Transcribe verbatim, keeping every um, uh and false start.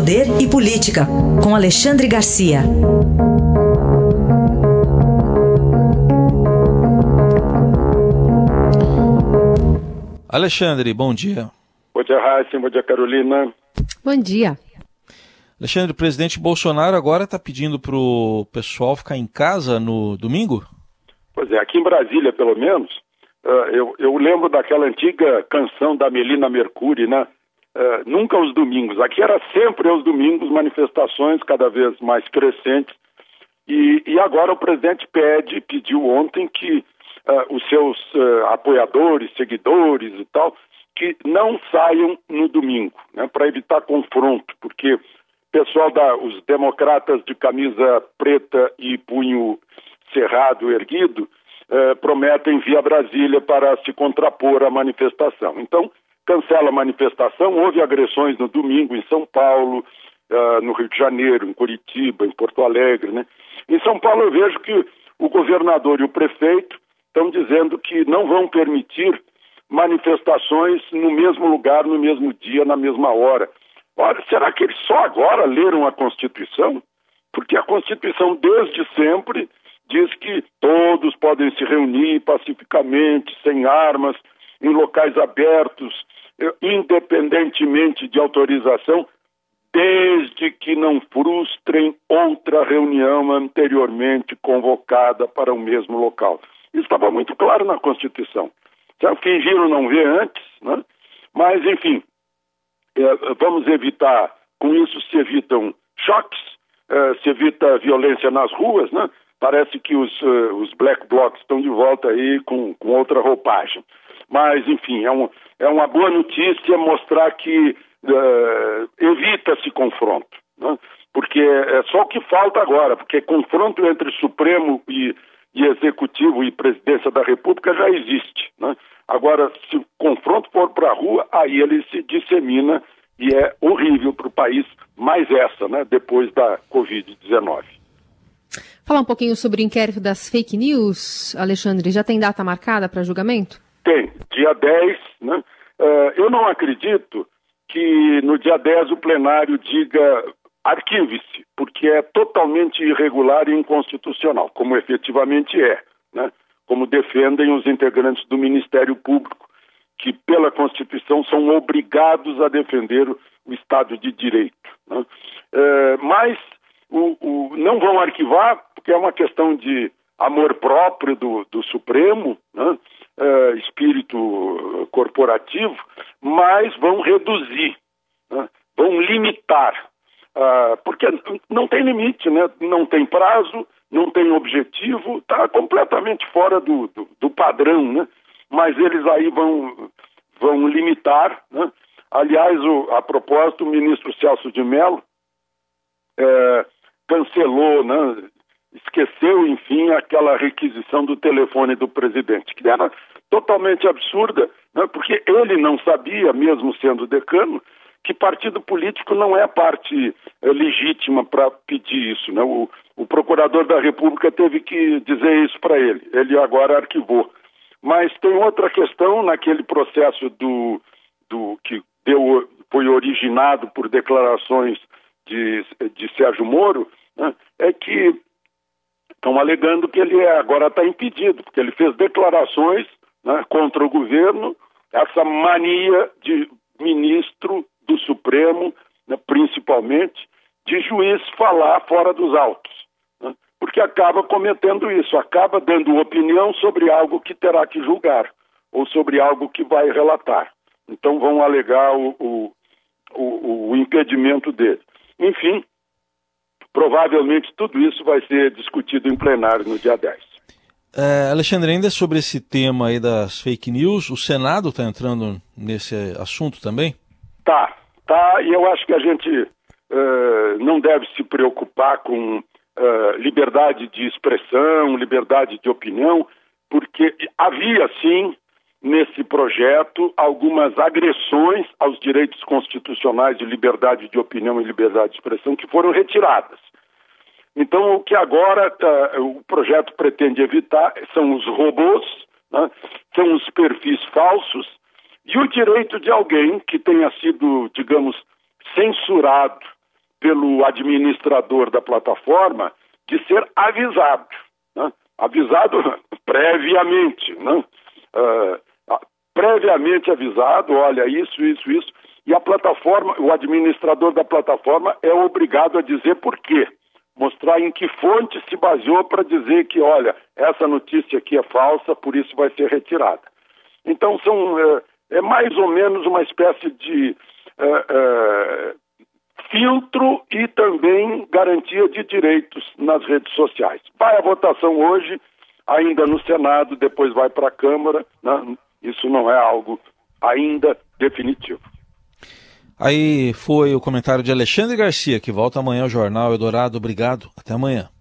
Poder e Política, com Alexandre Garcia. Alexandre, bom dia. Bom dia, Raíssa. Bom dia, Carolina. Bom dia. Alexandre, o presidente Bolsonaro agora está pedindo para o pessoal ficar em casa no domingo? Pois é, aqui em Brasília, pelo menos, uh, eu, eu lembro daquela antiga canção da Melina Mercury, né? Uh, nunca aos domingos. Aqui era sempre aos domingos, manifestações cada vez mais crescentes. E, e agora o presidente pede, pediu ontem que uh, os seus uh, apoiadores, seguidores e tal, que não saiam no domingo, né? Para evitar confronto, porque pessoal da, os democratas de camisa preta e punho cerrado, erguido, eh, prometem vir a Brasília para se contrapor à manifestação. Então, cancela a manifestação. Houve agressões no domingo em São Paulo, eh, no Rio de Janeiro, em Curitiba, em Porto Alegre, né? Em São Paulo eu vejo que o governador e o prefeito estão dizendo que não vão permitir manifestações no mesmo lugar, no mesmo dia, na mesma hora. Ora, será que eles só agora leram a Constituição? Porque a Constituição, desde sempre, diz que todos podem se reunir pacificamente, sem armas, em locais abertos, independentemente de autorização, desde que não frustrem outra reunião anteriormente convocada para o mesmo local. Isso estava muito claro na Constituição. Já fingiram não ver antes, né? Mas, enfim, é, vamos evitar, com isso se evitam choques, é, se evita violência nas ruas, né? Parece que os, uh, os black blocs estão de volta aí com, com outra roupagem. Mas, enfim, é, um, é uma boa notícia mostrar que uh, evita-se confronto, né? Porque é só o que falta agora, porque confronto entre Supremo e, e Executivo e Presidência da República já existe, né? Agora, se o confronto for para a rua, aí ele se dissemina e é horrível para o país, mais essa, né, depois da covid dezenove. Falar um pouquinho sobre o inquérito das fake news, Alexandre. Já tem data marcada para julgamento? Tem, dia dez, né? Uh, eu não acredito que no dia dez o plenário diga arquive-se, porque é totalmente irregular e inconstitucional, como efetivamente é, né? Como defendem os integrantes do Ministério Público, que pela Constituição são obrigados a defender o Estado de Direito, né? Uh, mas o, o, não vão arquivar, porque é uma questão de amor próprio do, do Supremo, né? Uh, espírito corporativo, mas vão reduzir, né? Vão limitar, uh, porque não tem limite, né? Não tem prazo, não tem objetivo, está completamente fora do, do, do padrão, né? Mas eles aí vão, vão limitar, né? Aliás, o, a propósito, o ministro Celso de Mello é, cancelou, né? Esqueceu, enfim, aquela requisição do telefone do presidente, que era totalmente absurda, né? Porque ele não sabia, mesmo sendo decano, que partido político não é parte é, legítima para pedir isso, né? O, o procurador da República teve que dizer isso para ele. Ele agora arquivou. Mas tem outra questão naquele processo do, do que deu, foi originado por declarações de, de Sérgio Moro, né? É que estão alegando que ele agora está impedido, porque ele fez declarações, né, contra o governo, essa mania de ministro do Supremo, né, principalmente, de juiz falar fora dos autos, né, porque acaba cometendo isso, acaba dando opinião sobre algo que terá que julgar, ou sobre algo que vai relatar. Então vão alegar o, o, o, o impedimento dele. Enfim, provavelmente tudo isso vai ser discutido em plenário no dia dez. É, Alexandre, ainda sobre esse tema aí das fake news, o Senado está entrando nesse assunto também? Tá, tá, e eu acho que a gente uh, não deve se preocupar com uh, liberdade de expressão, liberdade de opinião, porque havia, sim, nesse projeto, algumas agressões aos direitos constitucionais de liberdade de opinião e liberdade de expressão que foram retiradas. Então, o que agora tá, o projeto pretende evitar são os robôs, né, são os perfis falsos e o direito de alguém que tenha sido, digamos, censurado pelo administrador da plataforma de ser avisado, né? Avisado previamente, né? Uh, previamente avisado, olha, isso, isso, isso, e a plataforma, o administrador da plataforma é obrigado a dizer por quê, mostrar em que fonte se baseou para dizer que, olha, essa notícia aqui é falsa, por isso vai ser retirada. Então, são, é, é mais ou menos uma espécie de é, é, filtro e também garantia de direitos nas redes sociais. Vai à votação hoje, ainda no Senado, depois vai para a Câmara, né? Isso não é algo ainda definitivo. Aí foi o comentário de Alexandre Garcia, que volta amanhã ao Jornal Eldorado. Obrigado, até amanhã.